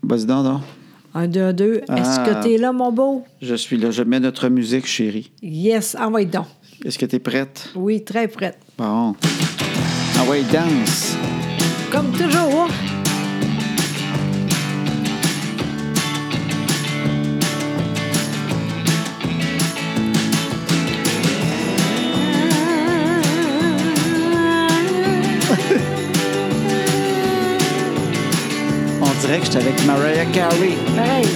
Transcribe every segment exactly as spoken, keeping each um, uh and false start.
Vas-y donc, donc. Un, deux, un, deux. Ah. Est-ce que t'es là, mon beau? Je suis là. Je mets notre musique, chérie. Yes, envoie donc. Est-ce que t'es prête? Oui, très prête. Bon. Ah ouais, danse. Comme toujours. On dirait que j'étais avec Mariah Carey. Pareil.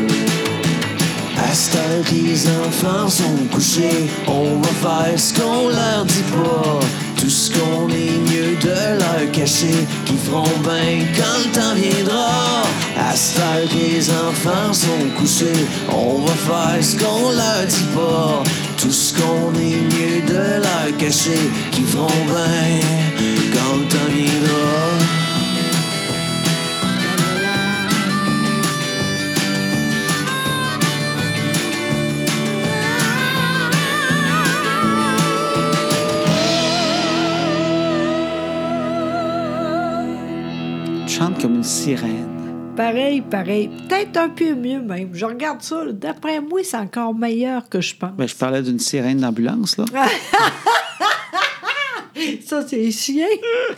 À cette heure que les enfants sont couchés, on va faire ce qu'on leur dit pas. Tout ce qu'on est mieux de leur cacher, qu'ils feront bien quand le temps viendra. À cette heure que les enfants sont couchés, on va faire ce qu'on leur dit pas. Tout ce qu'on est mieux de leur cacher, qu'ils feront bien quand le temps viendra. Chante comme une sirène. Pareil, pareil. Peut-être un peu mieux même. Je regarde ça. Là. D'après moi, c'est encore meilleur que je pense. Ben, je parlais d'une sirène d'ambulance, là. Ça, c'est chien.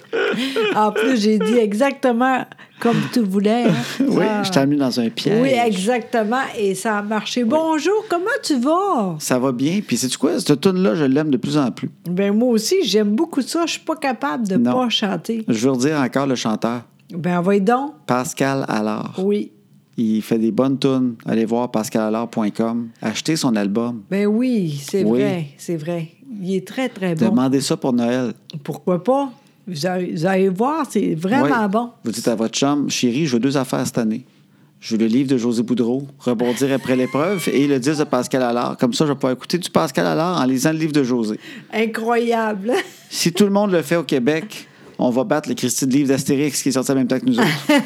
En plus, j'ai dit exactement comme tu voulais. Hein? Oui, Ah. je t'ai amené dans un piège. Oui, exactement. Et ça a marché. Oui. Bonjour, comment tu vas? Ça va bien. Puis, sais-tu quoi? Cette tune-là, je l'aime de plus en plus. Ben moi aussi, j'aime beaucoup ça. Je suis pas capable de ne pas chanter. Je veux redire encore le chanteur. Ben, envoie donc. Pascal Allard. Oui. Il fait des bonnes tunes. Allez voir pascal allard point com. Achetez son album. Ben oui, c'est Oui. vrai, c'est vrai. Il est très, très bon. Demandez ça pour Noël. Pourquoi pas? Vous allez, vous allez voir, c'est vraiment Oui. bon. Vous dites à votre chum, chérie, je veux deux affaires cette année. Je veux le livre de José Boudreau, Rebondir après l'épreuve, et le disque de Pascal Allard. Comme ça, je vais pouvoir écouter du Pascal Allard en lisant le livre de José. Incroyable. Si tout le monde le fait au Québec, on va battre le Christy de livre d'Astérix qui est sorti en même temps que nous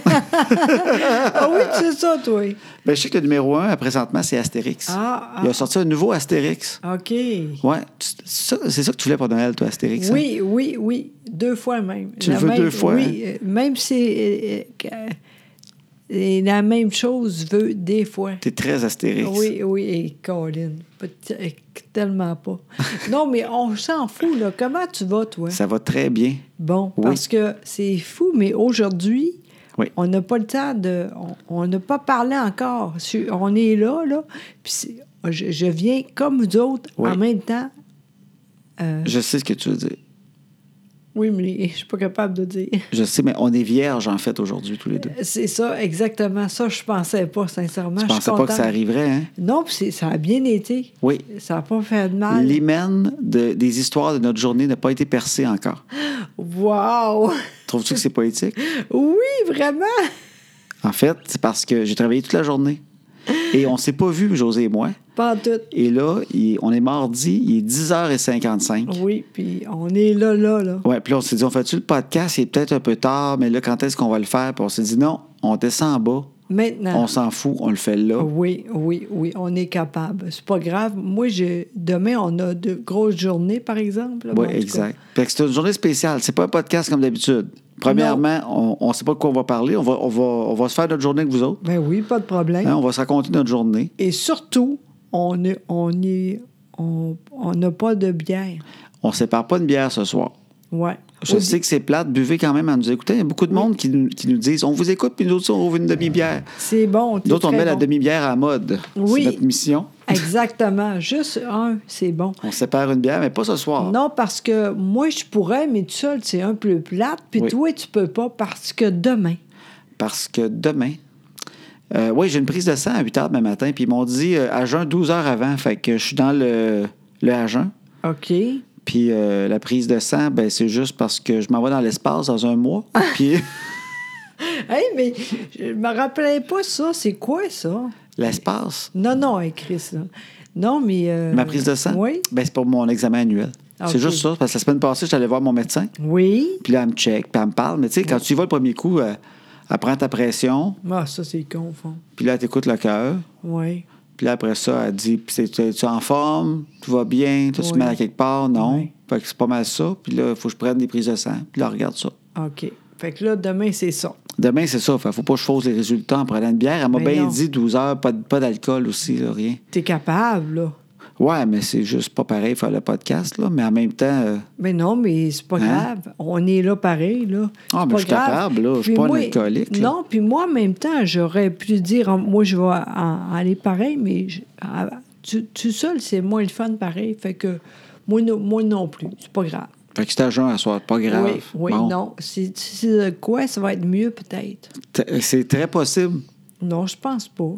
autres. Ah oui, c'est ça, toi. Ben, je sais que le numéro un, présentement, c'est Astérix. Ah, ah. Il a sorti un nouveau Astérix. OK. Ouais. Tu- ça- C'est ça que tu voulais pour Noël, toi, Astérix? hein? Oui, oui, oui. Deux fois même. Tu le La veux même- deux fois, Oui, euh, même si euh, euh, et la même chose veut des fois. T'es très Astérix. Oui, oui, et Colin. Pas t- euh, Tellement pas. Non, mais on s'en fout, là. Comment tu vas, toi? Ça va très bien. Bon, Oui. parce que c'est fou, mais aujourd'hui, Oui. on n'a pas le temps de... On on n'a pas parlé encore. Sur- On est là, là, puis c'est- je, je viens comme vous autres, Oui. en même temps. Euh, Je sais ce que tu veux dire. oui, mais je suis pas capable de dire. Je sais, mais on est vierges, en fait, aujourd'hui, tous les deux. C'est ça, exactement. Ça, je pensais pas, sincèrement. Tu Je suis pensais pas que contente. ça arriverait, hein? Non, puis c'est- ça a bien été. Oui. Ça n'a pas fait de mal. L'hymen de- des histoires de notre journée n'a pas été percé encore. Wow! Trouves-tu que c'est poétique? Oui, vraiment! En fait, c'est parce que j'ai travaillé toute la journée. Et on s'est pas vus, José et moi. Pas en tout. Et là, il- on est mardi, il est dix heures cinquante-cinq. Oui, puis on est là, là, là. Ouais, puis là, on s'est dit, on fait-tu le podcast? Il est peut-être un peu tard, mais là, quand est-ce qu'on va le faire? Puis on s'est dit, non, on descend en bas. Maintenant. On s'en fout, on le fait là. Oui, oui, oui, on est capable. C'est pas grave. Moi, je... demain, on a de grosses journées, par exemple. Oui, Bon, en tout cas. exact. Fait que c'est une journée spéciale. C'est pas un podcast comme d'habitude. Premièrement, on ne sait pas de quoi on va parler. On va, on, va, on va se faire notre journée avec vous autres. Ben oui, pas de problème. Hein, on va se raconter notre journée. Et surtout, on est, on est, on on n'a pas de bière. On ne sépare pas une bière ce soir. Ouais. Je Au sais di- que c'est plate. Buvez quand même en nous écoutant. Il y a beaucoup de monde qui nous, qui nous disent, on vous écoute, puis nous autres, on ouvre une demi-bière. C'est bon. t'es D'autres, on très met la bon. demi-bière à la mode. Oui. C'est notre mission. Exactement. Juste un, c'est bon. On sépare une bière, mais pas ce soir. Non, parce que moi, je pourrais, mais tout seul, c'est un peu plate. Puis Oui. toi, tu peux pas parce que demain. Parce que demain... euh, oui, j'ai une prise de sang à huit heures demain matin, puis ils m'ont dit euh, à jeun douze heures avant. Fait que je suis dans le, le à jeun. OK. Puis euh, la prise de sang, ben, c'est juste parce que je m'en vais dans l'espace dans un mois. Puis Hey, mais je me rappelais pas ça. C'est quoi, ça? l'espace, Non, non, écrit ça. Non, mais... euh, ma prise de sang, Oui. ben, c'est pour mon examen annuel. OK. C'est juste ça. Parce que la semaine passée, j'étais allé voir mon médecin. Oui. Puis là, elle me check, puis elle me parle. Mais tu sais, quand tu y vas le premier coup, euh, elle prend ta pression. Ah, ça, c'est confond. Puis là, elle t'écoute le cœur. Oui. Puis là, après ça, elle dit, puis c'est- es-tu en forme? Tout va bien? T'as-tu Oui. mal à quelque part? Non. Oui. Fait que c'est pas mal ça. Puis là, il faut que je prenne des prises de sang. Puis là, regarde ça. OK. Fait que là, demain, c'est ça. Demain, c'est ça. Fait, faut pas que je fausse les résultats en prenant une bière. Elle m'a Mais bien non. dit douze heures, pas, de- pas d'alcool aussi, là, rien. T'es capable, là. Ouais, mais c'est juste pas pareil faire le podcast, là. Mais en même temps, euh, Mais non, mais c'est pas Hein? grave. On est là pareil, là. Ah, C'est mais pas je suis grave. capable, là. Je suis Puis pas un moi- alcoolique, là. Non, puis moi, en même temps, j'aurais pu dire, en- moi, je vais en- aller pareil, mais je- à- tu, tu seul, c'est moins le fun pareil. Fait que moi, non- moi non plus. C'est pas grave. fait que c'est à jeun à soir, pas grave. Oui, oui, Bon. non. Si si c'est de quoi, ça va être mieux peut-être. T- C'est très possible. Non, je pense pas.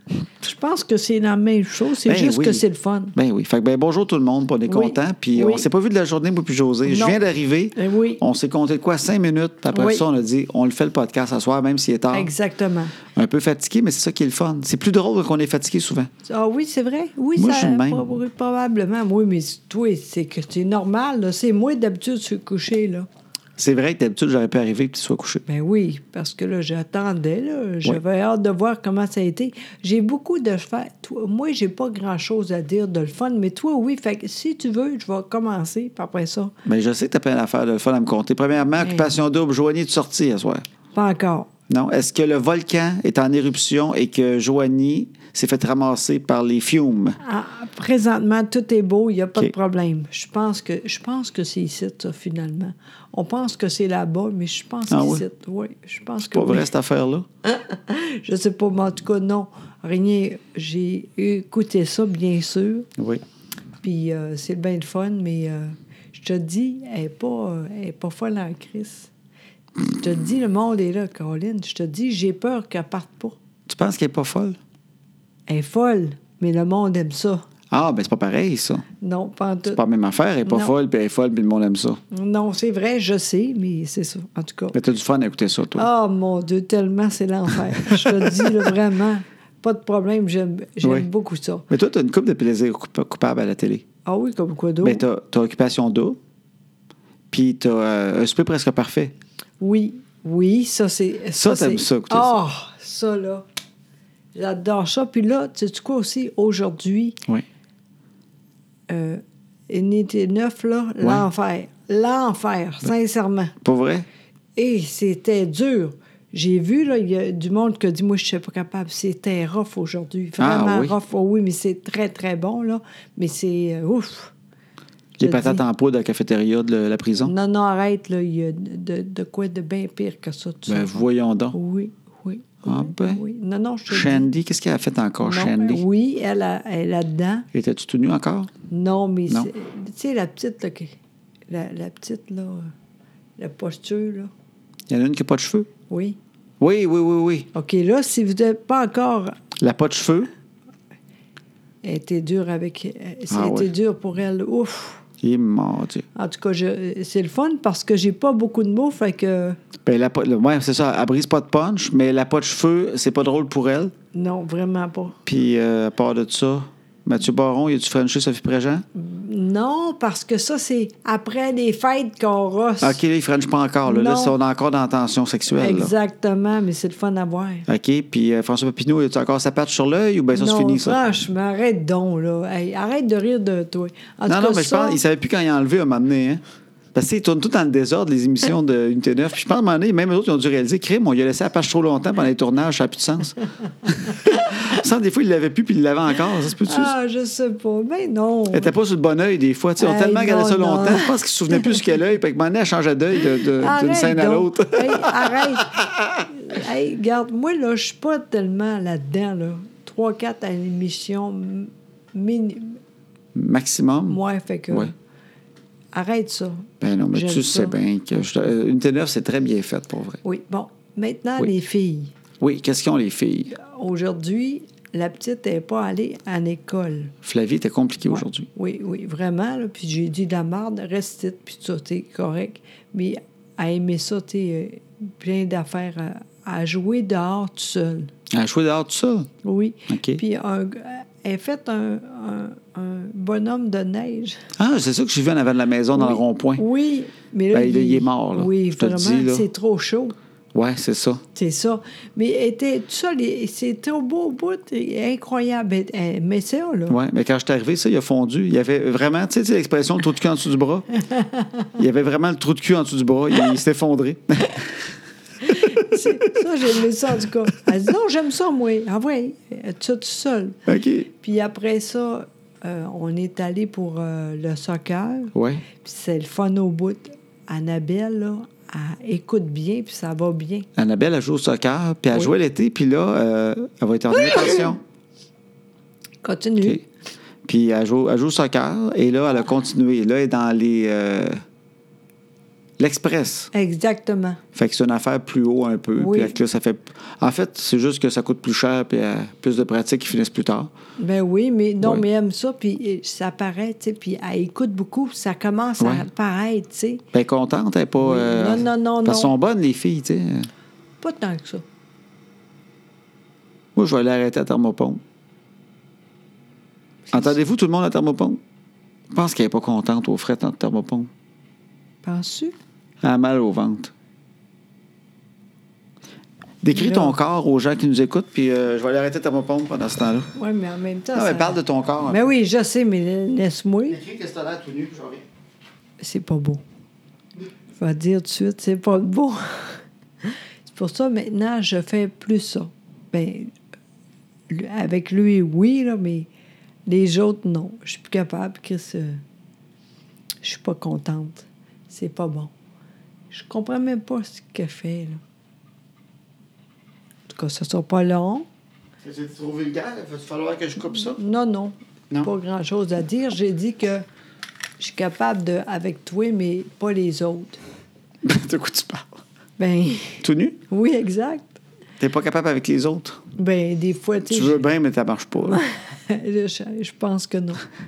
Je pense que c'est la même chose, c'est Ben juste oui. que c'est le fun. Ben oui. Fait que ben bonjour tout le monde, puis on est Oui. content. Puis Oui. on s'est pas vu de la journée, moi puis José. Je Non. viens d'arriver. Eh oui. On s'est compté de quoi? Cinq minutes. Puis après Oui. ça, on a dit, on le fait le podcast ce soir, même s'il est tard. Exactement. Un peu fatigué, mais c'est ça qui est le fun. C'est plus drôle qu'on est fatigué souvent. Ah oui, c'est vrai. Oui, Moi, ça, je suis le même. prob- probablement. Oui, mais toi, c'est que c'est normal. Là. C'est moi d'habitude se coucher, là. C'est vrai que d'habitude, j'aurais pu arriver et que tu sois couché. Ben oui, parce que là, j'attendais, là. J'avais hâte de voir comment ça a été. J'ai beaucoup de faire. Toi, moi, j'ai pas grand-chose à dire de le fun, mais toi, oui. Fait que si tu veux, je vais commencer, puis après ça, Mais je sais que tu as plein d'affaires de le fun à me compter. Premièrement, occupation double, Joanie, es-tu sortie à soir? pas encore. Non. Est-ce que le volcan est en éruption et que Joanie s'est fait ramasser par les fumes? Ah, présentement, tout est beau, il n'y a pas OK. de problème. Je pense que je pense que c'est ici, ça, finalement. On pense que c'est là-bas, mais je pense Ah que oui? c'est ici. Oui, je pense que Pas oui. vrai, cette affaire-là? Je sais pas, mais en tout cas, non. Rien. J'ai écouté ça, bien sûr. Oui. Puis euh, c'est bien de fun, mais euh, je te dis, elle n'est pas, euh, elle est pas folle en crise. Je te dis, le monde est là, Colin. Je te dis, j'ai peur qu'elle parte pas. Tu penses qu'elle est pas folle? Elle est folle, mais le monde aime ça. Ah, ben c'est pas pareil, ça. Non, pas en tout. C'est pas la même affaire. Elle est pas Non. folle, puis elle est folle, puis le monde aime ça. Non, c'est vrai, je sais, mais c'est ça, en tout cas. Mais t'as du fun à écouter ça, toi. Oh mon Dieu, tellement c'est l'enfer. Je te dis, là, vraiment, pas de problème, j'aime j'aime Oui. beaucoup ça. Mais toi, t'as une coupe de plaisir coupa- coupable à la télé. Ah oui, comme quoi d'autre? Ben, t'as, t'as occupation double, puis t'as euh, un souper presque parfait. Oui, oui, ça c'est... Ça, t'aimes c'est- ça, écoutez Ah, ça, là, j'adore ça. Puis là, tu sais quoi aussi, aujourd'hui, Oui. euh, Unité neuf, là, l'enfer. L'enfer, sincèrement. Pas vrai? Et c'était dur. J'ai vu, là, il y a du monde qui a dit, moi, je ne suis pas capable. C'était rough aujourd'hui. Vraiment Ah, oui. rough. Oh, oui, mais c'est très, très bon, là. Mais c'est euh, ouf. Les Je patates dis. en poudre à la cafétéria de la prison? Non, non, arrête, là. Il y a de, de quoi de bien pire que ça. Tu Ben, sais. voyons donc. Oui, oui. Ah, oui, ben. oui. Non, non, je te dis. Shandy, qu'est-ce qu'elle a fait encore, Non, Shandy? Oui, elle, a, elle est là-dedans. Étais-tu tout nu encore? Non, mais Non. c'est- tu sais, la petite, là, qui- la, la petite, là, euh, la posture, là. Il y en a une qui n'a pas de cheveux? Oui. Oui, oui, oui, oui. OK, là, si vous n'êtes pas encore... La pas de cheveux? Elle était dure avec... euh, Ça Ah a été ouais. dur pour elle. Ouf! Il est mort, Dieu. En tout cas, je, c'est le fun parce que j'ai pas beaucoup de mots, fait que... Ben, la, pas- le- ouais, c'est ça. Elle brise pas de punch, mais la pas de cheveux, c'est pas drôle pour elle. Non, vraiment pas. Puis, euh, à part de ça, Mathieu Baron, il a-tu Frenché Sophie Préjean? Non, parce que ça, c'est après les fêtes qu'on rosse. OK, là, il French pas encore. Là, là Non. ça, on est encore dans la tension sexuelle. là. Exactement, mais c'est le fun à voir. OK, puis euh, François Papineau, il a-tu encore sa patte sur l'œil ou bien ça, non, c'est fini, ça? franchement, arrête donc, là. Hey, arrête de rire de toi. En Non, tout non, cas, mais je ça, pense qu'il savait plus quand il a enlevé un moment donné, hein? Parce qu'ils tournent tout dans le désordre, les émissions de Unité neuf. Puis je pense, à un moment donné, même eux autres, ils ont dû réaliser, crime, on lui a laissé la page trop longtemps pendant les tournages, ça n'a plus de sens. Sans des fois, il l'avait plus, puis il l'avait encore. Ça se peut-tu? Ah, je sais pas. Mais non. Elle n'était pas sur le bon œil, des fois. Tu sais, ils ont Hey, tellement gardé non, ça non. longtemps. Je pense qu'ils se souvenaient plus sur quel œil. Puis à un moment donné, elle changeait d'œil de- de- d'une Arrête scène à donc. l'autre. Hey, arrête. Hey, regarde, moi, là, je suis pas tellement là-dedans, là. Trois, quatre à l'émission, m- mini... Maximum. Moi, fait que... Ouais. Arrête ça. Ben non, mais J'aime tu ça. sais bien que je- euh, Unité neuf, c'est très bien fait, pour vrai. Oui, bon. Maintenant, Oui. les filles. Oui, qu'est-ce qu'ils ont, les filles? Aujourd'hui, la petite n'est pas allée à l'école. Flavie était compliquée Ouais. aujourd'hui. Oui, oui, vraiment. Là. Puis j'ai dit de la marde, reste petite, puis tout ça, t'es correct. Mais à aimer ça, t'es plein d'affaires à, à jouer dehors tout seul. Elle a joué dehors tout ça? Oui. OK. Puis un, elle a fait un, un, un bonhomme de neige. Ah, c'est ça que j'ai vu en avant de la maison, dans Oui. le rond-point. Oui, mais là, Ben, là, il est mort, là. Oui, Je te le vraiment, dis, là. c'est trop chaud. Ouais, c'est ça. C'est ça. Mais elle était tout ça, les- c'était au beau bout, et incroyable. Elle- elle- Mais c'est ça, là. Ouais, mais quand je suis arrivé, ça, il a fondu. Il y avait vraiment, tu sais, tu sais, l'expression le trou de cul en dessous du bras. Il y avait vraiment le trou de cul en dessous du bras. Il, il s'est effondré. C'est- ça, j'ai aimé ça, en tout cas. Elle dit, non, j'aime ça, moi. Ah ouais, ça tout seul. OK. Puis après ça, euh, on est allé pour euh, le soccer. Oui. Puis c'est le fun au bout. Annabelle, là, elle écoute bien, puis ça va bien. Annabelle, elle joue au soccer, puis elle Oui. jouait l'été, puis là, euh, elle va être en pension. Continue. OK. Puis elle joue, elle joue au soccer, et là, elle a continué. Là, elle est dans les... euh, l'Express. Exactement. Fait que c'est une affaire plus haut un peu. Oui. Puis avec là, ça fait... En fait, c'est juste que ça coûte plus cher, puis euh, plus de pratiques qui finissent plus tard. Ben oui, mais non, Ouais. mais elle aime ça, puis euh, ça paraît, tu sais, puis elle écoute beaucoup, puis ça commence Ouais. à paraître, tu sais. Ben contente, elle n'est pas... Oui. euh, Non, non, non, Parce qu'elles non. sont bonnes, les filles, tu sais. Pas tant que ça. Moi, je vais aller arrêter à thermopompe. Entendez-vous tout le monde à thermopompe? Je pense qu'elle n'est pas contente au fret en thermopompe. Penses-tu? Elle a mal au ventre. Décris Là. ton corps aux gens qui nous écoutent, puis euh, je vais aller arrêter ta pompe pendant ce temps-là. Oui, mais en même temps. Non, ça... mais parle de ton corps. Mais oui, je sais, mais laisse-moi. Décris que c'est l'air tout nu, puis je reviens. C'est pas beau. Je vais te dire tout de suite, c'est pas beau. C'est pour ça, maintenant, je fais plus ça. Bien, avec lui, oui, là, mais les autres, non. Je suis plus capable, Chris. Euh, je suis pas contente. C'est pas bon. Je comprends même pas ce qu'elle fait, là. En tout cas, ça sera pas long. C'est trop vulgaire? Il va falloir que je coupe ça? Non, non. Non. Pas grand-chose à dire. J'ai dit que je suis capable de avec toi, mais pas les autres. De quoi tu parles? Ben Tout nu? oui, exact. T'es pas capable avec les autres? Ben des fois, tu Tu sais. veux bien, mais ça marche pas. là. je, je pense que non.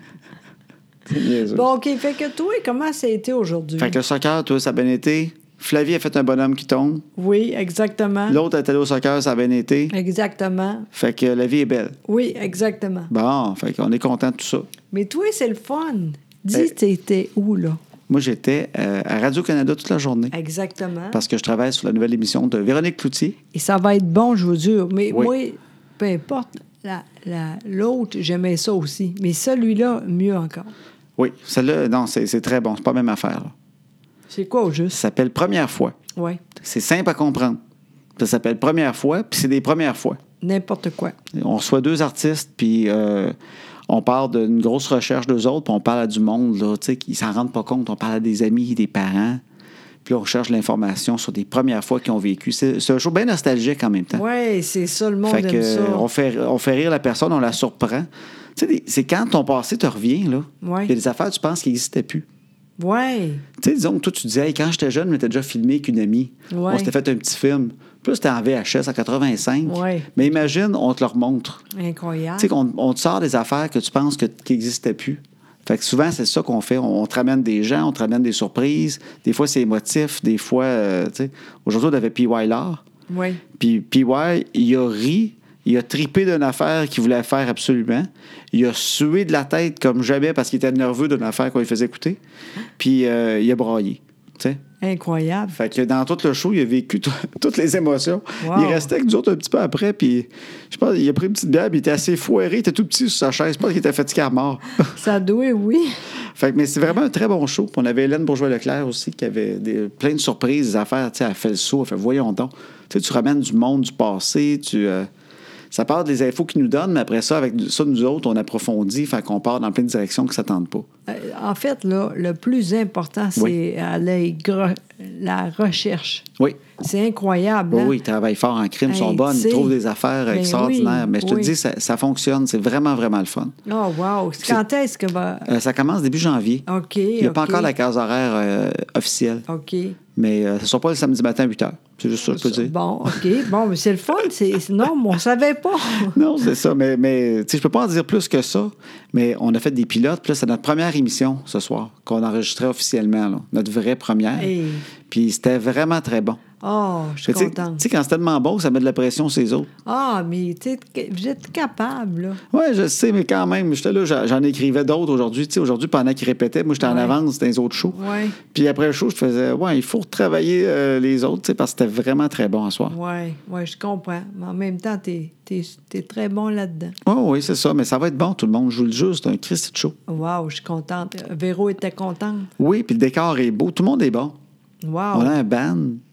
C'est niaiseux. Bon, OK. Fait que toi, comment ça a été aujourd'hui? Fait que le soccer, toi, ça a bien été. Flavie a fait un bonhomme qui tombe. Oui, exactement. L'autre est allé au soccer, ça a bien été. Exactement. Fait que la vie est belle. Oui, exactement. Bon, fait qu'on est content de tout ça. Mais toi, c'est le fun. Dis, Eh. t'étais où, là? Moi, j'étais euh, à Radio-Canada toute la journée. Exactement. Parce que je travaille sur la nouvelle émission de Véronique Cloutier. Et ça va être bon, je vous jure. Mais Oui. moi, peu importe, la, la, l'autre, j'aimais ça aussi. Mais celui-là, mieux encore. Oui, celle-là, non, c'est, c'est très bon. C'est pas la même affaire. Là. C'est quoi au Ça juste? s'appelle Première fois. Oui, C'est simple à comprendre. Ça s'appelle Première fois, puis c'est des premières fois. n'importe quoi. On reçoit deux artistes, puis euh, on parle d'une grosse recherche d'eux autres, puis on parle à du monde, là, tu sais, qui s'en rendent pas compte. On parle à des amis, des parents, puis là, on cherche l'information sur des premières fois qu'ils ont vécu. C'est, c'est un show bien nostalgique en même temps. Oui, c'est ça, le monde Fait que, aime ça. euh, on, fait, on fait rire la personne, on la surprend. Tu sais, des- c'est quand ton passé te revient, là. Ouais. Il y a des affaires, tu penses qu'ils n'existaient plus. Oui, Tu sais, disons que toi, tu disais, hey, quand j'étais jeune, on était déjà filmé avec une amie. Ouais. On s'était fait un petit film. Puis là, c'était en V H S en quatre-vingt-cinq. Ouais. Mais imagine, on te le remontre. incroyable. Tu sais, qu'on on te sort des affaires que tu penses que, qui n'existaient plus. Fait que souvent, c'est ça qu'on fait. On, on te ramène des gens, on te ramène des surprises. Des fois, c'est émotif. Des fois, euh, tu sais. Aujourd'hui, on avait P Y Lard. Oui, Puis P Y, il a ri, il a tripé d'une affaire qu'il voulait faire absolument. Il a sué de la tête comme jamais parce qu'il était nerveux d'une affaire qu'on lui faisait écouter. Puis euh, il a braillé, tu sais. incroyable. Fait que dans tout le show, il a vécu t- toutes les émotions. Wow. Il restait avec nous autres un petit peu après, puis je pense il a pris une petite bière, puis il était assez foiré, il était tout petit sur sa chaise. Je pense qu'il était fatigué à mort. Ça doit, oui. Fait que, mais c'est vraiment un très bon show. Puis on avait Hélène Bourgeois-Leclerc aussi, qui avait des, plein de surprises, des affaires. Tu sais, elle fait le saut, elle fait voyons donc. Tu sais, tu ramènes du monde, du passé, tu... euh, ça part des infos qu'ils nous donnent, mais après ça, avec ça, nous autres, on approfondit, fait qu'on part dans plein de directions qui ne s'attendent pas. Euh, En fait, là, le plus important, c'est Oui. euh, les gro- la recherche. Oui. C'est incroyable. Oui, hein? oui, ils travaillent fort en crime, ils sont Hey, bonnes, tu ils sais, trouvent des affaires ben extraordinaires. oui, mais je te oui. dis, ça, ça fonctionne, c'est vraiment, vraiment le fun. Oh, wow. Quand est-ce que va. Euh, ça commence début janvier. OK. Il n'y a pas OK. encore la case horaire euh, officielle, OK. mais euh, ce ne sera pas le samedi matin à huit heures. C'est juste ça que je peux dire. Bon, OK. Bon, mais c'est le fun. C'est... c'est- Non, mais on ne savait pas. Non, c'est ça. Mais, mais tu sais, je peux pas en dire plus que ça. Mais on a fait des pilotes. Puis là, c'est notre première émission ce soir qu'on enregistrait officiellement. Là. Notre vraie première. Hey. Puis c'était vraiment très bon. Oh, je suis Tu sais, contente. tu sais, quand c'est tellement bon, ça met de la pression sur les autres. Ah, mais tu sais, vous êtes capable, là. Oui, je sais, mais quand même, j'étais là, j'en j'en écrivais d'autres aujourd'hui. Tu sais, aujourd'hui, pendant qu'ils répétaient, moi, j'étais en Ouais. avance dans les autres shows. Oui. Puis après le show, je faisais, ouais, il faut retravailler euh, les autres, tu sais, parce que c'était vraiment très bon à soir. Oui, oui, je comprends. Mais en même temps, tu es très bon là-dedans. Oui, oui, c'est ça. Mais ça va être bon, tout le monde. Je vous le jure, c'est un Christy de show. Wow, je suis contente. Véro était contente. Oui, puis le décor est beau. Tout le monde est bon. Wow. On a un band.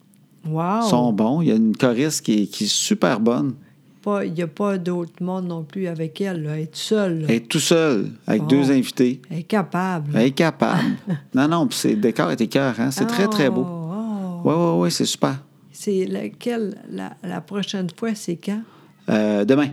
Wow! Ils sont bons. Il y a une choriste qui est, qui est super bonne. Pas- Il n'y a pas d'autre monde non plus avec elle. Là. Elle est seule. Là. Elle est tout seule, avec Bon. deux invités. Elle est capable. Elle est capable. non, non, puis c'est, le décor est écœurant. C'est très, très beau. Oh, Oui, oui, oui, c'est super. C'est laquelle, la, la prochaine fois, c'est quand? Euh, demain.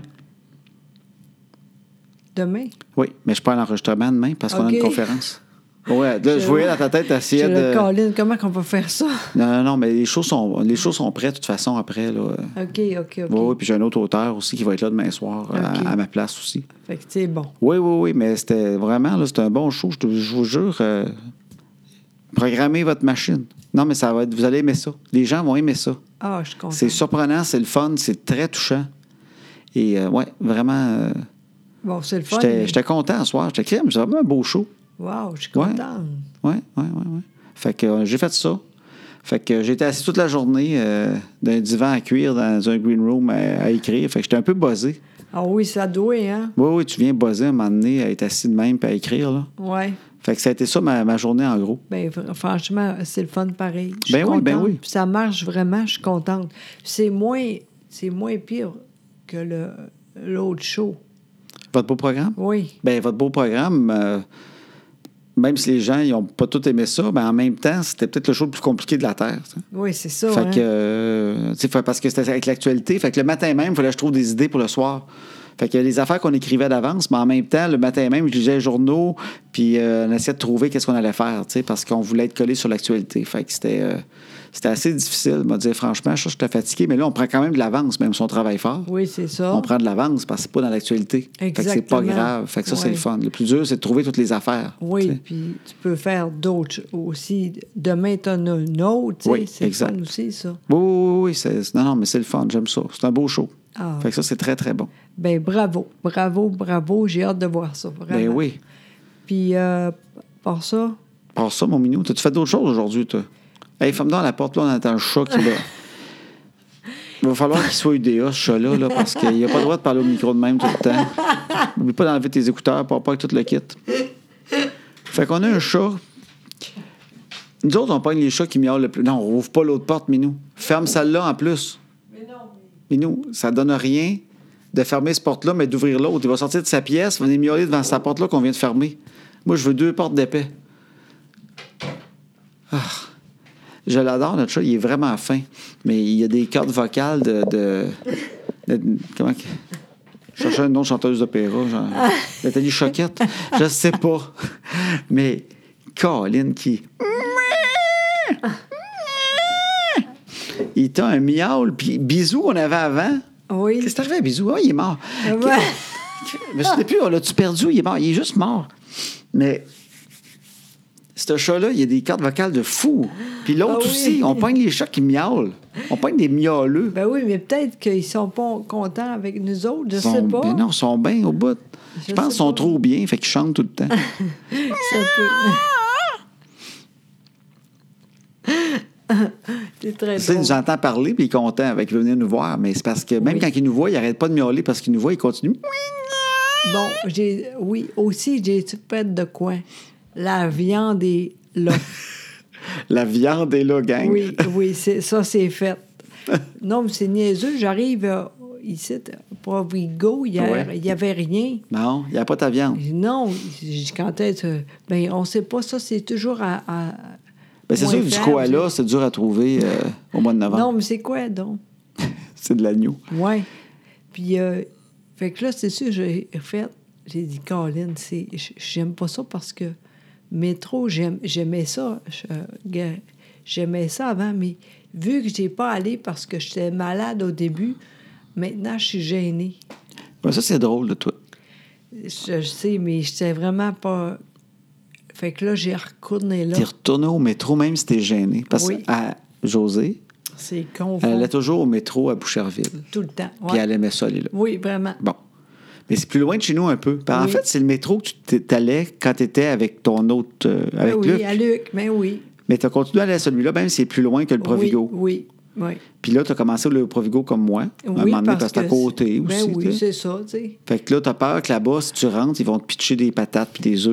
Demain? Oui, mais je prends l'enregistrement demain parce qu'on a OK. une conférence. Ouais, là, je voyais dans ta tête, essayer Je de. le Colin, comment qu'on va faire ça? Non, non, non, mais les shows sont, les shows sont prêts de toute façon après. Là. OK, OK, OK. Oui, oui, puis j'ai un autre auteur aussi qui va être là demain soir à- OK. à, ma place aussi. Fait que c'est bon. Oui, oui, oui, mais c'était vraiment, là, c'était un bon show. Je, te- je vous jure, euh, programmez votre machine. Non, mais ça va être, vous allez aimer ça. Les gens vont aimer ça. Ah, je suis contente. C'est surprenant, c'est le fun, c'est très touchant. Et euh, ouais, vraiment, euh, Bon, c'est le fun. j'étais, mais- j'étais content ce soir. J'étais crème, c'est vraiment un beau show. Wow, je suis Ouais. contente. Oui, oui, oui, oui. Fait que euh, j'ai fait ça. Fait que j'ai été assis toute la journée euh, d'un divan à cuire dans un green room à, à écrire. Fait que j'étais un peu buzzé. Ah oui, ça doit, hein? Oui, oui, tu viens buzzer un moment donné à être assis de même et à écrire, là. Oui. Fait que ça a été ça ma, ma journée en gros. Bien, fr- franchement, c'est le fun pareil. Je suis Ben oui, contente. ben oui. Puis ça marche vraiment, je suis contente. C'est moins, c'est moins pire que le, l'autre show. Votre beau programme? Oui. Bien, votre beau programme, euh, même si les gens n'ont pas tout aimé ça, ben en même temps, c'était peut-être le show le plus compliqué de la Terre. Tu sais. Oui, c'est ça. Fait hein? que, euh, tu sais, fait- parce que c'était avec l'actualité. Fait que le matin même, il fallait que je trouve des idées pour le soir. Fait que les affaires qu'on écrivait d'avance, mais en même temps, le matin même, je lisais les journaux, puis euh, on essayait de trouver qu'est-ce qu'on allait faire, tu sais, parce qu'on voulait être collé sur l'actualité. Fait que c'était, euh, c'était assez difficile. Je me disais, franchement, je j'étais fatigué, mais là, on prend quand même de l'avance, même si on travaille fort. Oui, c'est ça. On prend de l'avance parce que c'est pas dans l'actualité. Fait que c'est pas Exactement. grave. Fait que ça, c'est Ouais. le fun. Le plus dur, c'est de trouver toutes les affaires. Oui, tu sais. puis tu peux faire d'autres aussi. Demain, tu en as une autre. tu sais, Oui, c'est exact. le fun aussi, ça. Oui, oui, oui, oui, c'est- non, non, mais c'est le fun. J'aime ça. C'est un beau show. Ah. Fait que ça, c'est très, très bon. Ben bravo, bravo, bravo. J'ai hâte de voir ça, vraiment. Ben oui. Puis, euh, par ça, Par ça, mon minou, t'as-tu fait d'autres choses aujourd'hui, toi? Hey, ferme donc la porte, là, on entend le chat qui va. Il va falloir qu'il soit U D A, ce chat-là, là, parce qu'il n'a pas le droit de parler au micro de même tout le temps. N'oublie pas d'enlever tes écouteurs pour pas que tout le kit. Fait qu'on a un chat. Nous autres, on pogne les chats qui miaulent le plus. Non, on rouvre pas l'autre porte, Minou. Ferme celle-là en plus. mais non, Minou, ça donne rien de fermer cette porte-là, mais d'ouvrir l'autre. Il va sortir de sa pièce, il va venir miauler devant sa porte-là qu'on vient de fermer. Moi, je veux deux portes d'épais. Ah. Je l'adore, notre chat. Il est vraiment fin. Mais il y a des cordes vocales de... de, de- comment... que- Je cherchais un nom de chanteuse d'opéra, genre... Nathalie Choquette. Je sais pas. Mais Colin qui... Il t'a un miaule. Puis Bisou, on avait avant... oui. Qu'est-ce qui est arrivé à Bisou? Ah, il est mort. Ouais. Je me souviens plus, on l'a-tu perdu? Il est mort. Il est juste mort. Mais ce chat-là, il y a des cordes vocales de fou. Puis l'autre Ah oui. aussi, on pogne les chats qui miaulent. On pogne des miauleux. Ben oui, mais peut-être qu'ils sont pas contents avec nous autres, je Ils sont- sais pas. Ben non, ils sont bien au bout. Je, Je pense sais qu'ils sont pas. trop bien, fait qu'ils chantent tout le temps. Ça peut. C'est très Tu sais, il drôle. nous entend parler, puis il est content, avec il veut venir nous voir. Mais c'est parce que même Oui. quand il nous voit, il arrête pas de miauler parce qu'il nous voit, il continue. Bon, j'ai, oui, aussi, j'ai fait de quoi? La viande est là. La viande est là, gang. Oui, oui, c'est, ça, c'est fait. Non, mais c'est niaiseux. J'arrive euh, ici, à Provigo, il n'y Ouais. avait rien. Non, il n'y a pas ta viande. J'ai dit, non, j'ai dit, quand est-ce... Ben, on ne sait pas, ça, c'est toujours à... à- Ben, c'est moins sûr que du fiable, koala, c'est dur à trouver euh, au mois de novembre. Non, mais c'est quoi, donc? C'est de l'agneau. Oui. Puis, euh, fait que là, c'est sûr, j'ai fait... J'ai dit, Colin, c'est, j'aime pas ça parce que métro, j'aime, j'aimais ça. Je- j'aimais ça avant, mais vu que j'ai pas allé parce que j'étais malade au début, maintenant, je suis gênée. Ouais, ça, c'est drôle de toi. Je, je sais, mais j'étais vraiment pas... Fait que là, j'ai retourné là. T'es retourné au métro, même si t'es gêné. Parce Oui. que à Josée, C'est elle confond. allait toujours au métro à Boucherville. Tout le temps. Puis Ouais. elle aimait ça, aller là. Oui, vraiment. Bon. Mais c'est plus loin de chez nous un peu. Puis En Oui. fait, c'est le métro que tu t'allais quand tu étais avec ton autre. euh, avec Ben oui, Luc. à Luc, mais oui. Mais tu as continué à aller à celui-là, même si c'est plus loin que le Provigo. Oui, oui, oui. Puis là, tu as commencé le Provigo comme moi. à un Oui, moment donné, parce parce que c'est à côté c'est- aussi. Ben oui, tu sais. c'est ça, tu sais. Fait que là, tu as peur que là-bas, si tu rentres, ils vont te pitcher des patates puis des œufs.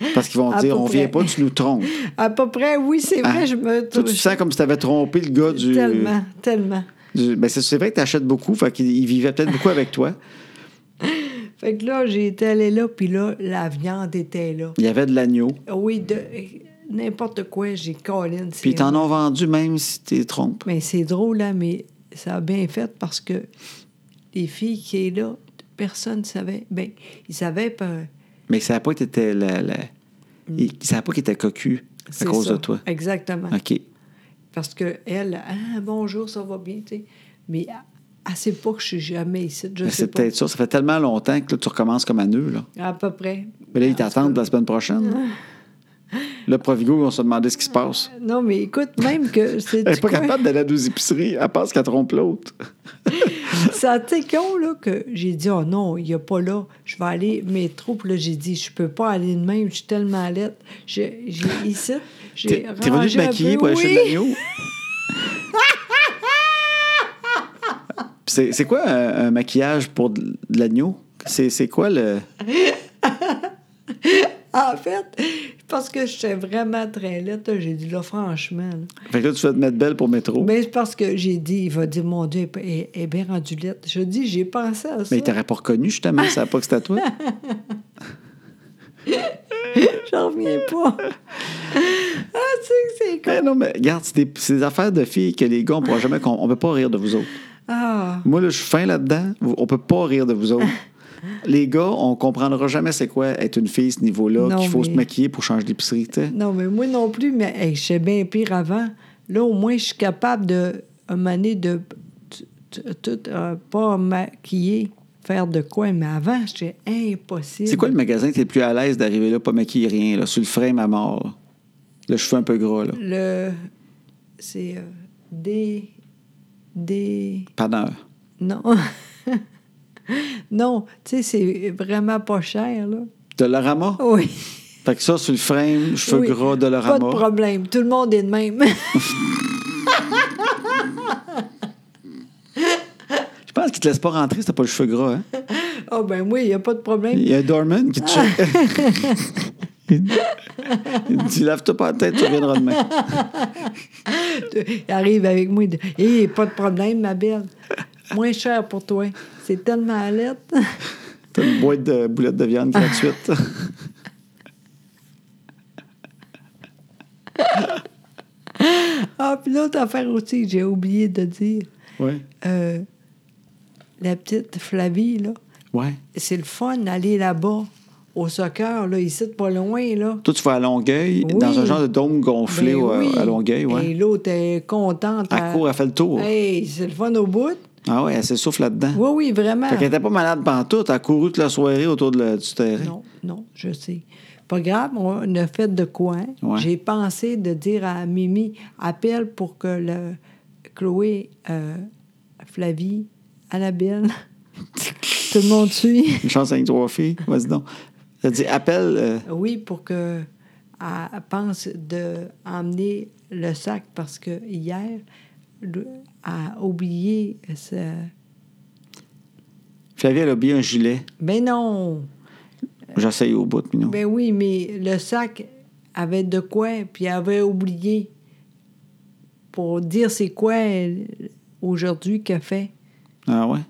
Parce qu'ils vont À dire, peu on vient près. pas, tu nous trompes. À peu près, oui, c'est vrai. Hein? Je me Toi, tu te sens comme si tu avais trompé le gars du... Tellement, tellement. du- ben, c'est, c'est vrai que tu achètes beaucoup, fait qu'il il vivait peut-être beaucoup avec toi. Fait que là, j'étais allée là, puis là, la viande était là. Il y avait de l'agneau. Oui, de n'importe quoi, j'ai Colin. Puis ils t'en ont vendu même si tu te trompes. Mais c'est drôle, là, mais ça a bien fait parce que les filles qui étaient là, personne ne savait. Bien, ils savaient pas. Mais ils ne savaient pas que tu étais... La, la... Ils ne savaient pas qu'il était cocu à C'est cause ça. de toi. Exactement. OK. Parce que elle, ah, bonjour, ça va bien, tu sais. Mais elle ne sait pas que je suis jamais ici. Je Ben, sais c'est pas. peut-être ça. Ça fait tellement longtemps que là, tu recommences comme à nœud, là. À peu près. Mais là, ils En tout t'attendent cas, la semaine prochaine. Là. Le Provigo, ils vont se demander ce qui se passe. Non, mais écoute, même que c'est. Elle n'est pas capable d'aller à deux épiceries. Elle pense qu'elle trompe l'autre. Ça a été con, là, que j'ai dit, oh non, il n'y a pas là. Je vais aller métro. Puis là, j'ai dit, je peux pas aller de même. Je suis tellement laide. J'ai, j'ai ici, j'ai T'es, t'es venu rangé te un maquiller peu, pour acheter oui. de l'agneau? Puis c'est, c'est quoi un, un maquillage pour de, de l'agneau? C'est, c'est quoi le... En fait, parce que j'étais vraiment très laide, là, j'ai dit, là, franchement. Là. Fait que là, tu vas te mettre belle pour métro. Mais c'est parce que j'ai dit, il va dire, mon Dieu, elle est- elle est bien rendue laide. Je dis, j'ai pensé à ça. Mais il t'aurait pas reconnu, justement. Ça savait pas que c'était toi. J'en reviens pas. Ah, tu sais que c'est con. Mais non, mais regarde, c'est des, c'est des affaires de filles que les gars, on pourra jamais... con- On peut pas rire de vous autres. Ah, Moi, là, je suis fin là-dedans. On peut pas rire de vous autres. Les gars, on comprendra jamais c'est quoi être une fille à ce niveau-là, Non, qu'il faut mais- se maquiller pour changer d'épicerie, tu sais. non, mais moi non plus, mais hey, je sais bien pire avant. Là, au moins, je suis capable de, un moment donné, de t- t- tout, euh, pas maquiller, faire de quoi, mais avant, c'était impossible. C'est quoi le magasin que t'es le plus à l'aise d'arriver là, pas maquiller rien, là, sur le frame à mort, là? Le cheveu un peu gras, là. Le... C'est euh, des... Des... Panneur. Non. Non, tu sais, c'est vraiment pas cher, là. Dollarama? Oui. Fait que ça, sur le frame, cheveux Oui. gras, Pas Dollarama. de problème. Tout le monde est de même. Je pense qu'il te laisse pas rentrer si t'as pas le cheveu gras, hein? Ah, ben oui, il n'y a pas de problème. Il y a un doorman qui te check. Il dit, lave-toi pas la tête, tu reviendras demain. Il arrive avec moi. Il dit, hé, pas de problème, ma belle. Moins cher pour toi. C'est tellement à l'aide. T'as une boîte de boulettes de viande gratuite. Ah, puis l'autre affaire aussi, j'ai oublié de dire. Ouais. Euh, la petite Flavie, là, Ouais. c'est le fun d'aller là-bas, au soccer, là, ici, pas loin, là. Toi, tu vas à Longueuil, Oui. dans un genre de dôme gonflé Ben au- oui. à Longueuil, ouais. Et l'autre est contente. Elle court, elle fait le tour. Hey, c'est le fun au bout. Ah ouais, elle s'essouffle là-dedans. Oui, oui, vraiment. Fait qu'elle était pas malade pantoute, elle a couru toute la soirée autour de la- du terrain. Non, non, je sais. Pas grave, on a fait de quoi. Hein? Ouais. J'ai pensé de dire à Mimi, appelle pour que le Chloé, euh, Flavie, Annabelle, tout le monde suit. Une chance avec trois filles. Vas-y donc. Elle dit, appelle... euh, Oui, pour que elle pense de emmener le sac parce que hier, le- elle a oublié ce... Flavie, elle a oublié un gilet. Ben non! J'essaye au bout, Minou. Ben oui, mais le sac avait de quoi, puis elle avait oublié pour dire c'est quoi elle, aujourd'hui qu'elle fait. Ah ouais?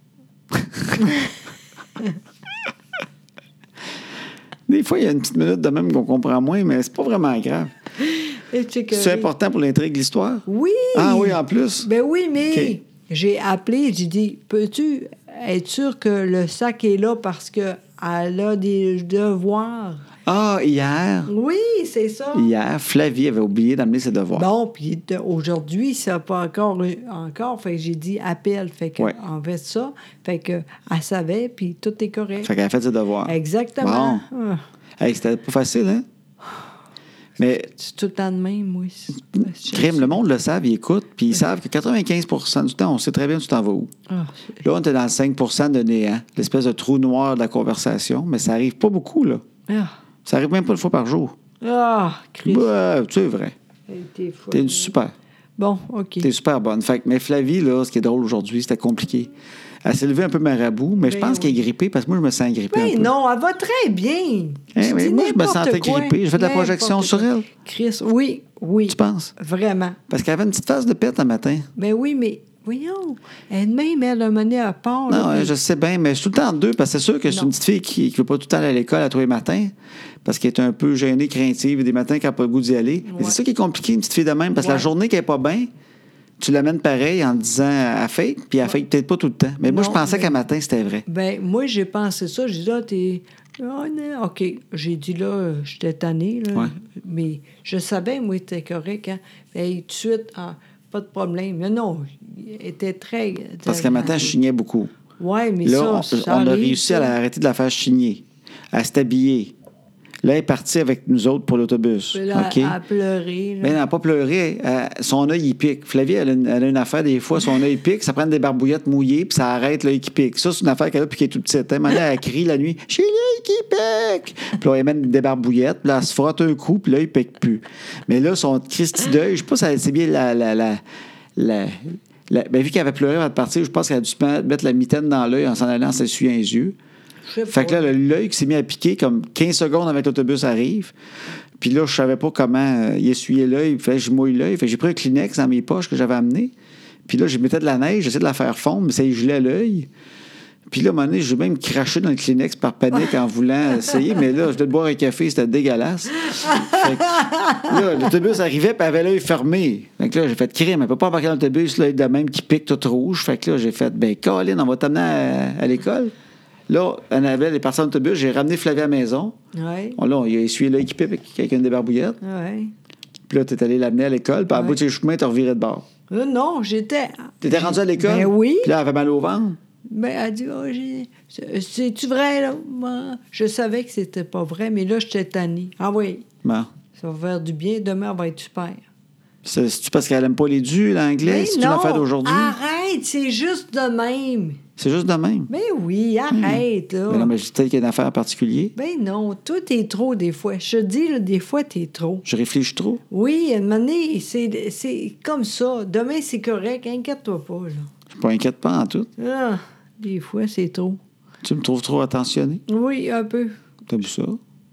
Des fois, il y a une petite minute de même qu'on comprend moins, mais c'est pas vraiment grave. Et tu sais que- C'est important pour l'intrigue de l'histoire? Oui! Ah oui, en plus? Ben oui, mais OK. j'ai appelé, j'ai dit, peux-tu être sûr que le sac est là parce qu'elle a des devoirs? Ah, hier, Oui, c'est ça. hier, Flavie avait oublié d'amener ses devoirs. Bon, puis de- aujourd'hui, ça n'a pas encore eu- encore. Fait que j'ai dit appel. Fait que Ouais. en fait ça. Fait que elle savait, puis tout est correct. Fait qu'elle a fait ses devoirs. Exactement. Bon. Ah, Hey, c'était pas facile, hein? Mais c'est tout le temps de même, oui. C'est- crime, le monde le savent, ils écoutent, puis ils savent que quatre-vingt-quinze pour cent du temps, on sait très bien où tu t'en vas où. Ah, Là, on était dans le cinq pour cent de néant, l'espèce de trou noir de la conversation, mais ça arrive pas beaucoup, là. ah, Ça arrive même pas une fois par jour. ah, Christ. Ouais, tu es vrai. Hey, t'es folle. T'es une super. Bon, OK. T'es super bonne. Fait que, mais Flavie, là, ce qui est drôle aujourd'hui, c'était compliqué. Elle s'est levée un peu marabout, mais je Ben pense qu'elle est oui. grippée parce que moi, je me sens grippée. un Ben peu. non, elle va très bien. Hein, Tu mais dis moi, je me n'importe sentais quoi. grippée. J'ai fait de la N'importe projection sur quoi. elle. Chris, oui, oui. Tu penses? Vraiment. Parce qu'elle avait une petite face de pète un matin. Ben oui, mais voyons. Elle-même, elle a mené à part. Non, là, ouais, puis- je sais bien, mais je suis tout le temps en deux, parce que c'est sûr que c'est Non. une petite fille qui ne veut pas tout le temps aller à l'école à tous les matins, parce qu'elle est un peu gênée, craintive, et des matins qu'elle n'a pas le goût d'y aller. Mais Ouais. c'est ça qui est compliqué, une petite fille de même, parce que la Ouais. journée qu'elle n'est pas bien, tu l'amènes pareil en te disant à fake, puis elle fake peut-être pas tout le temps. Mais moi, Non, je pensais mais- qu'à matin, c'était vrai. Ben, moi, j'ai pensé ça. J'ai dit, là, t'es. Oh, non. OK. J'ai dit, là, euh, j'étais tannée, là. Ouais. Mais je savais, moi, c'était correct. Hein. Ben, tout de suite, ah, pas de problème. Mais non, il était très. Parce qu'à matin, je chignais beaucoup. Oui, mais Là, ça, on, ça on a arrive, réussi ça. à la- arrêter de la faire chigner, à s'habiller. Là, elle est partie avec nous autres pour l'autobus. Puis là, OK? elle a pleuré. là. Mais elle n'a pas pleuré. Elle- son œil, il pique. Flavie, elle a, une, elle a une affaire, des fois, son œil pique, ça prend des barbouillettes mouillées, puis ça arrête l'œil qui pique. Ça, c'est une affaire qu'elle a, puis qui est toute petite. Hein. Maintenant, elle crie la nuit, « J'ai l'œil qui pique! » Puis là, elle met des barbouillettes, puis là, elle se frotte un coup, puis l'œil pique plus. Mais là, son Christy d'œil, je sais pas si elle- c'est bien la... la, la, la la- ben, vu qu'elle avait pleuré avant de partir, je pense qu'elle a dû se mettre la mitaine dans l'œil en s'en allant en s'essuyant les yeux. Je sais Fait que pas. là, le- l'œil qui s'est mis à piquer comme quinze secondes avant que l'autobus arrive. Puis là, je savais pas comment euh, y essuyer l'œil. Il fallait que je mouille l'œil. Fait que j'ai pris un Kleenex dans mes poches que j'avais amené. Puis là, je mettais de la neige, j'essayais de la faire fondre, mais ça y gelait l'œil. Puis là, à un moment donné, j'ai même craché dans le Kleenex par panique en voulant essayer. Mais là, je devais boire un café, c'était dégueulasse. Fait que là, l'autobus arrivait, puis elle avait l'œil fermé. Fait que là, j'ai fait crime. Elle peut pas embarquer dans l'autobus, l'œil de même qui pique tout rouge. Fait que là, j'ai fait, ben, Colin, on va t'amener à, à l'école. Là, Annabelle elle est partie en autobus, j'ai ramené Flavie à la maison. Oui. Bon, là, on, il a essuyé l'œil qui pique avec quelqu'un des barbouillettes. Oui. Puis là, t'es allé l'amener à l'école, puis à Ouais. bout de ses chemins, t'as reviré de bord. Euh, non, j'étais. T'étais rendu à l'école? Ben oui. Puis là, elle avait mal au ventre. Ben, elle dit, oh, j'ai... C'est- c'est-tu vrai, là? Moi, je savais que c'était pas vrai, mais là, j'étais tannée. Ah oui, Bon. ça va faire du bien. Demain, on va être super. C'est- C'est-tu parce qu'elle aime pas les dus, l'anglais? Mais C'est une non, affaire d'aujourd'hui? arrête, c'est juste de même. C'est juste de même. Ben oui, arrête, là. Mais non, mais je dis peut-être qu'il y a une affaire en particulier. Ben non, toi, t'es trop des fois. Je te dis, là, des fois, t'es trop. Je réfléchis trop. Oui, à un moment donné, c'est c'est comme ça. Demain, c'est correct. Inquiète-toi pas, là. Je m'inquiète pas en tout. Ah, des fois, c'est trop. Tu me trouves trop attentionné. Oui, un peu. T'aimes ça?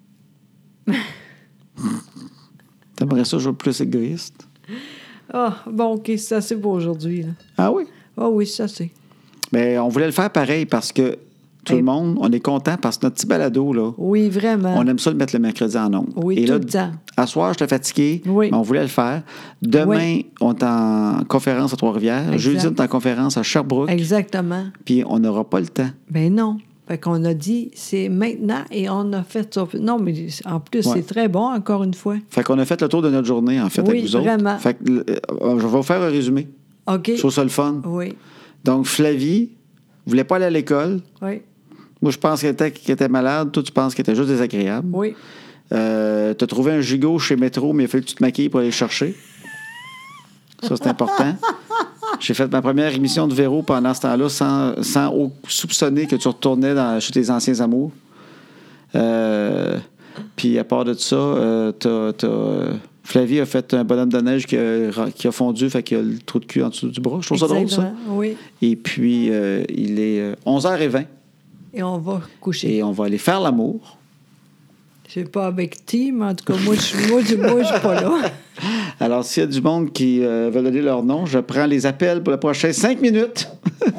T'aimerais ça jouer plus égoïste? Ah, bon, OK, c'est assez pour aujourd'hui, là. Ah oui? Ah oui, c'est assez. Mais on voulait le faire pareil parce que tout Hey. le monde, on est content parce que notre petit balado, là, Oui, vraiment. on aime ça le mettre le mercredi en ondes. Oui, Et tout là, le temps. À soir, j'étais fatigué, Oui. mais on voulait le faire. Demain, Oui. on est en conférence à Trois-Rivières. Exact. Jeudi, on est en conférence à Sherbrooke. Exactement. Puis on n'aura pas le temps. Ben non. Fait qu'on a dit, c'est maintenant, et on a fait ça. Non, mais en plus, Ouais. c'est très bon, encore une fois. Fait qu'on a fait le tour de notre journée, en fait, Oui, avec vous autres. vraiment. Fait que, euh, je vais vous faire un résumé. OK. Je trouve ça le fun. Oui, Donc, Flavie voulait pas aller à l'école. oui, Moi, je pense qu'elle était, qu'elle était malade. Toi, tu penses qu'elle était juste désagréable. oui. Euh, tu as trouvé un gigot chez Métro, mais il a fallu que tu te maquilles pour aller le chercher. Ça, c'est important. J'ai fait ma première émission de Véro pendant ce temps-là sans, sans au- soupçonner que tu retournais dans, chez tes anciens amours. Euh, Puis à part de ça, euh, t'as, t'as, euh, Flavie a fait un bonhomme de neige qui a, qui a fondu, fait qu'il a le trou de cul en dessous du bras. Je trouve ça drôle, ça. Exactement, oui. Et puis, euh, il est euh, onze heures vingt Et on va coucher. et on va aller faire l'amour. Je sais pas avec qui, mais en tout cas, moi, je suis moi, je moi, je suis pas là. Alors, s'il y a du monde qui euh, veut donner leur nom, je prends les appels pour les prochaines cinq minutes.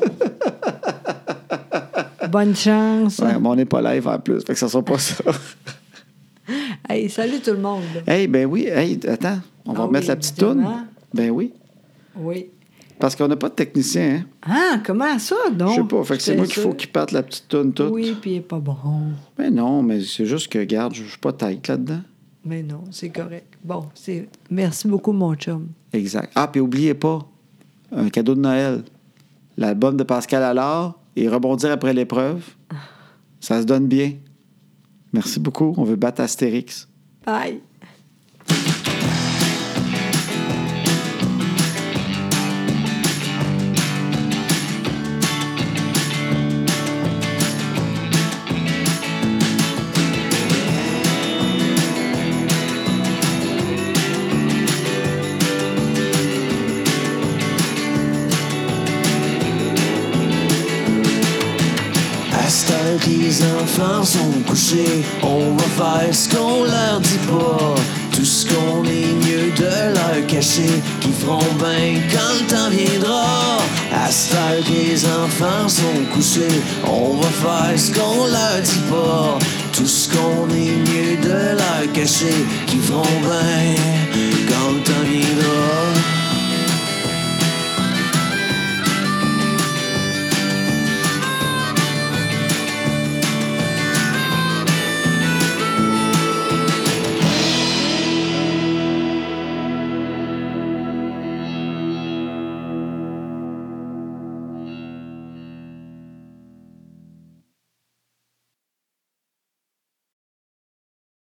Bonne chance. Ouais, mais on n'est pas live en plus, fait que ça ne sera pas ça. Hey, salut tout le monde. Hey, ben oui, hey, attends, on va Ah remettre oui, la petite toune. évidemment. Ben oui, Oui. parce qu'on n'a pas de technicien, hein? Ah, comment ça, donc? Je sais pas, fait que c'est J'étais moi qu'il faut sûre. qu'il parte la petite toune toute. Oui, puis il est pas bon. Ben non, mais c'est juste que, regarde, je suis pas tête là-dedans. Mais non, c'est correct. Bon, c'est... Merci beaucoup, mon chum. Exact. Ah, puis oubliez pas, un cadeau de Noël, l'album de Pascal Allard et Rebondir après l'épreuve. Ça se donne bien. Merci beaucoup. On veut battre Astérix. Bye. À cette heure que les enfants sont couchés, on va faire ce qu'on leur dit pas. Tout ce qu'on est mieux de leur cacher, qui feront bien quand le temps viendra. À cette heure que les enfants sont couchés, on va faire ce qu'on leur dit pas. Tout ce qu'on est mieux de leur cacher, qui feront bien